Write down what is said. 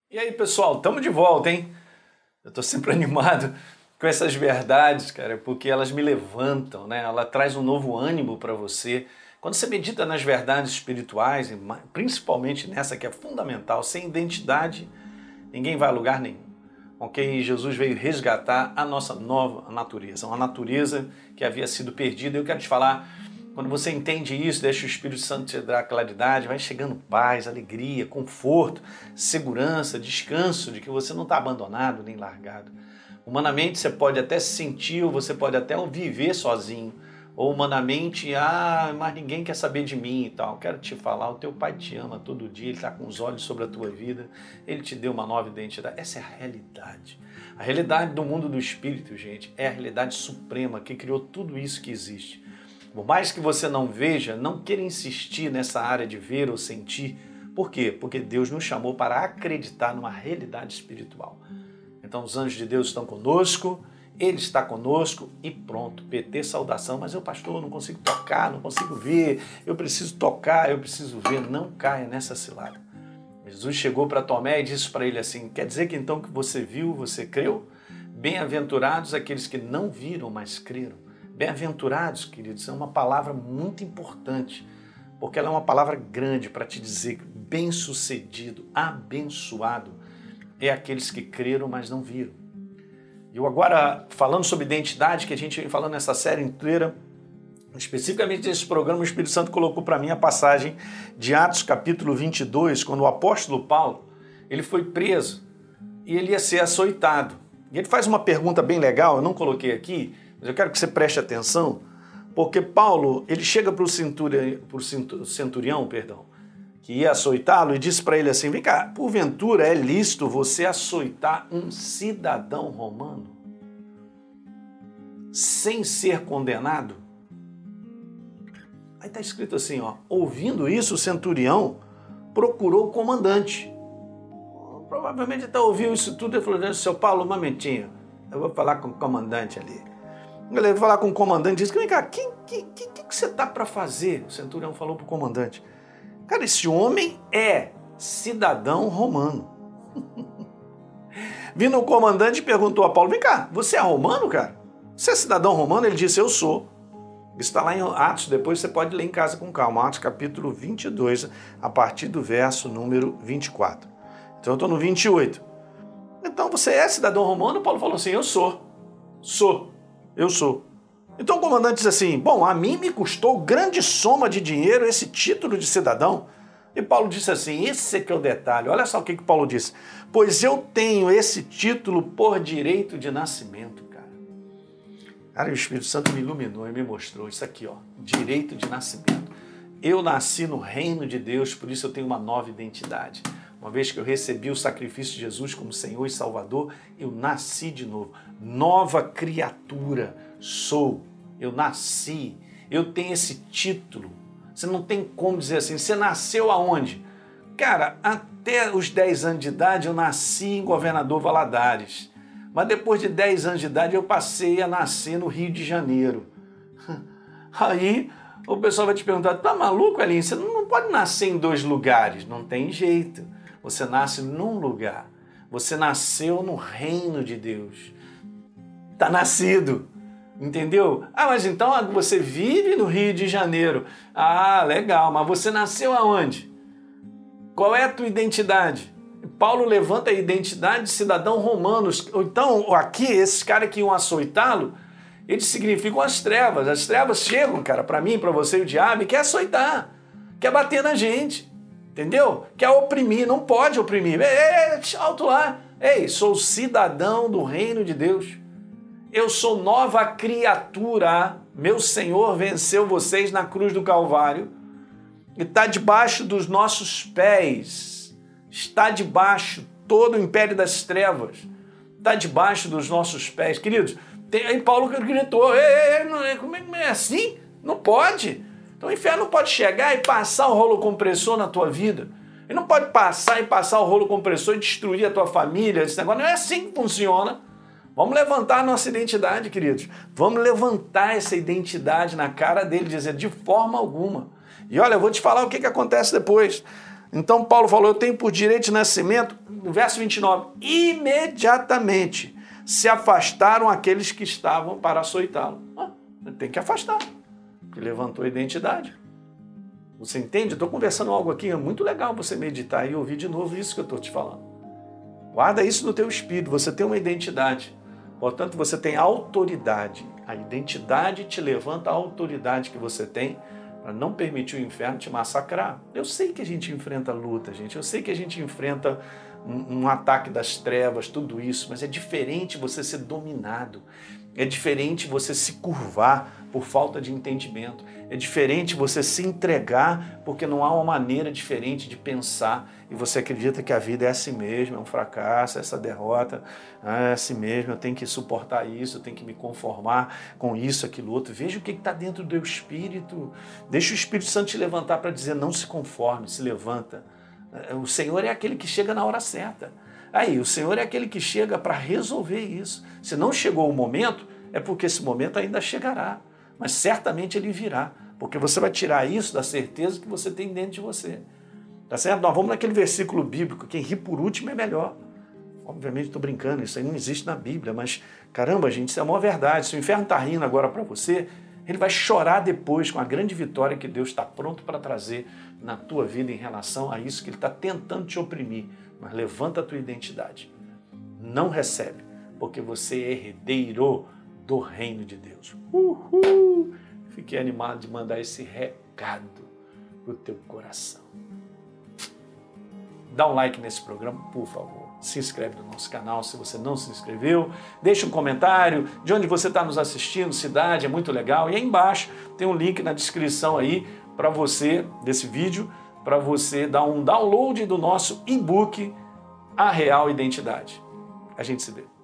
E aí, pessoal, estamos de volta, hein? Eu estou sempre animado com essas verdades, cara, porque elas me levantam, né? Ela traz um novo ânimo para você. Quando você medita nas verdades espirituais, principalmente nessa que é fundamental, sem identidade, ninguém vai a lugar nenhum. Ok? Jesus veio resgatar a nossa nova natureza, uma natureza que havia sido perdida. Eu quero te falar, quando você entende isso, deixa o Espírito Santo te dar claridade, vai chegando paz, alegria, conforto, segurança, descanso de que você não está abandonado nem largado. Humanamente você pode até se sentir, ou você pode até viver sozinho, ou humanamente, mas ninguém quer saber de mim e tal. Quero te falar, o teu pai te ama todo dia, ele está com os olhos sobre a tua vida, ele te deu uma nova identidade. Essa é a realidade. A realidade do mundo do Espírito, gente, é a realidade suprema que criou tudo isso que existe. Por mais que você não veja, não queira insistir nessa área de ver ou sentir. Por quê? Porque Deus nos chamou para acreditar numa realidade espiritual. Então os anjos de Deus estão conosco, Ele está conosco e pronto, PT saudação. Mas eu, pastor, não consigo tocar, não consigo ver, eu preciso tocar, eu preciso ver. Não caia nessa cilada. Jesus chegou para Tomé e disse para ele assim, quer dizer que então que você viu, você creu? Bem-aventurados aqueles que não viram, mas creram. Bem-aventurados, queridos, é uma palavra muito importante, porque ela é uma palavra grande para te dizer bem-sucedido, abençoado, é aqueles que creram, mas não viram. Eu agora, falando sobre identidade, que a gente vem falando nessa série inteira, especificamente nesse programa, o Espírito Santo colocou para mim a passagem de Atos capítulo 22, quando o apóstolo Paulo, ele foi preso e ele ia ser açoitado. E ele faz uma pergunta bem legal, eu não coloquei aqui, mas eu quero que você preste atenção, porque Paulo, ele chega para o centurião, que ia açoitá-lo e disse para ele assim, vem cá, porventura é lícito você açoitar um cidadão romano sem ser condenado? Aí está escrito assim, ó, ouvindo isso, o centurião procurou o comandante. Provavelmente até ouviu isso tudo e falou, seu Paulo, um momentinho, eu vou falar com o comandante ali. Ele vai falar com o comandante e disse, vem cá, o que você está para fazer? O centurião falou para o comandante. Cara, esse homem é cidadão romano. Vindo o comandante perguntou a Paulo, vem cá, você é romano, cara? Você é cidadão romano? Ele disse, eu sou. Isso está lá em Atos, depois você pode ler em casa com calma. Atos capítulo 22, a partir do verso número 24. Então eu estou no 28. Então você é cidadão romano? Paulo falou assim, eu sou. Eu sou. Então o comandante disse assim, bom, a mim me custou grande soma de dinheiro esse título de cidadão. E Paulo disse assim, esse é que é o detalhe. Olha só o que Paulo disse. Pois eu tenho esse título por direito de nascimento, cara. Cara, o Espírito Santo me iluminou e me mostrou isso aqui, ó, direito de nascimento. Eu nasci no reino de Deus, por isso eu tenho uma nova identidade. Uma vez que eu recebi o sacrifício de Jesus como Senhor e Salvador, eu nasci de novo. Nova criatura sou. Eu nasci. Eu tenho esse título. Você não tem como dizer assim. Você nasceu aonde? Cara, até os 10 anos de idade eu nasci em Governador Valadares. Mas depois de 10 anos de idade eu passei a nascer no Rio de Janeiro. Aí o pessoal vai te perguntar, tá maluco, Elinho? Você não pode nascer em 2 lugares. Não tem jeito. Você nasce num lugar. Você nasceu no reino de Deus. Está nascido. Entendeu? Mas então você vive no Rio de Janeiro. Legal. Mas você nasceu aonde? Qual é a tua identidade? Paulo levanta a identidade de cidadão romano. Então, aqui, esses caras que iam açoitá-lo, eles significam as trevas. As trevas chegam, cara, para mim, para você e o diabo, e quer açoitar. Quer bater na gente. Entendeu? Quer oprimir, não pode oprimir. Alto lá. Ei, sou cidadão do reino de Deus. Eu sou nova criatura. Meu Senhor venceu vocês na cruz do Calvário. E está debaixo dos nossos pés. Está debaixo todo o império das trevas. Está debaixo dos nossos pés. Queridos, aí Paulo gritou, como é assim? Não pode. Então o inferno não pode chegar e passar o rolo compressor na tua vida. Ele não pode passar o rolo compressor e destruir a tua família. Esse negócio não é assim que funciona. Vamos levantar a nossa identidade, queridos. Vamos levantar essa identidade na cara dele, dizer de forma alguma. E olha, eu vou te falar o que acontece depois. Então Paulo falou, eu tenho por direito de nascimento, no verso 29, imediatamente se afastaram aqueles que estavam para açoitá-lo. Tem que afastar, porque levantou a identidade. Você entende? Eu estou conversando algo aqui, é muito legal você meditar e ouvir de novo isso que eu estou te falando. Guarda isso no teu espírito, você tem uma identidade. Portanto, você tem autoridade. A identidade te levanta a autoridade que você tem para não permitir o inferno te massacrar. Eu sei que a gente enfrenta luta, gente. Eu sei que a gente enfrenta um ataque das trevas, tudo isso, mas é diferente você ser dominado. É diferente você se curvar por falta de entendimento. É diferente você se entregar porque não há uma maneira diferente de pensar e você acredita que a vida é assim mesmo, é um fracasso, essa derrota, é assim mesmo, eu tenho que suportar isso, eu tenho que me conformar com isso, aquilo outro. Veja o que está dentro do teu espírito. Deixa o Espírito Santo te levantar para dizer, não se conforme, se levanta. O Senhor é aquele que chega na hora certa. Aí, o Senhor é aquele que chega para resolver isso. Se não chegou o momento, é porque esse momento ainda chegará. Mas certamente ele virá, porque você vai tirar isso da certeza que você tem dentro de você. Tá certo? Nós vamos naquele versículo bíblico, quem ri por último é melhor. Obviamente estou brincando, isso aí não existe na Bíblia, mas caramba, gente, isso é a maior verdade. Se o inferno está rindo agora para você, ele vai chorar depois com a grande vitória que Deus está pronto para trazer na tua vida em relação a isso que ele está tentando te oprimir. Mas levanta a tua identidade. Não recebe, porque você é herdeiro do reino de Deus. Uhul! Fiquei animado de mandar esse recado para o teu coração. Dá um like nesse programa, por favor. Se inscreve no nosso canal se você não se inscreveu. Deixa um comentário de onde você está nos assistindo, cidade, é muito legal. E aí embaixo tem um link na descrição aí para você, desse vídeo, para você dar um download do nosso e-book A Real Identidade. A gente se vê.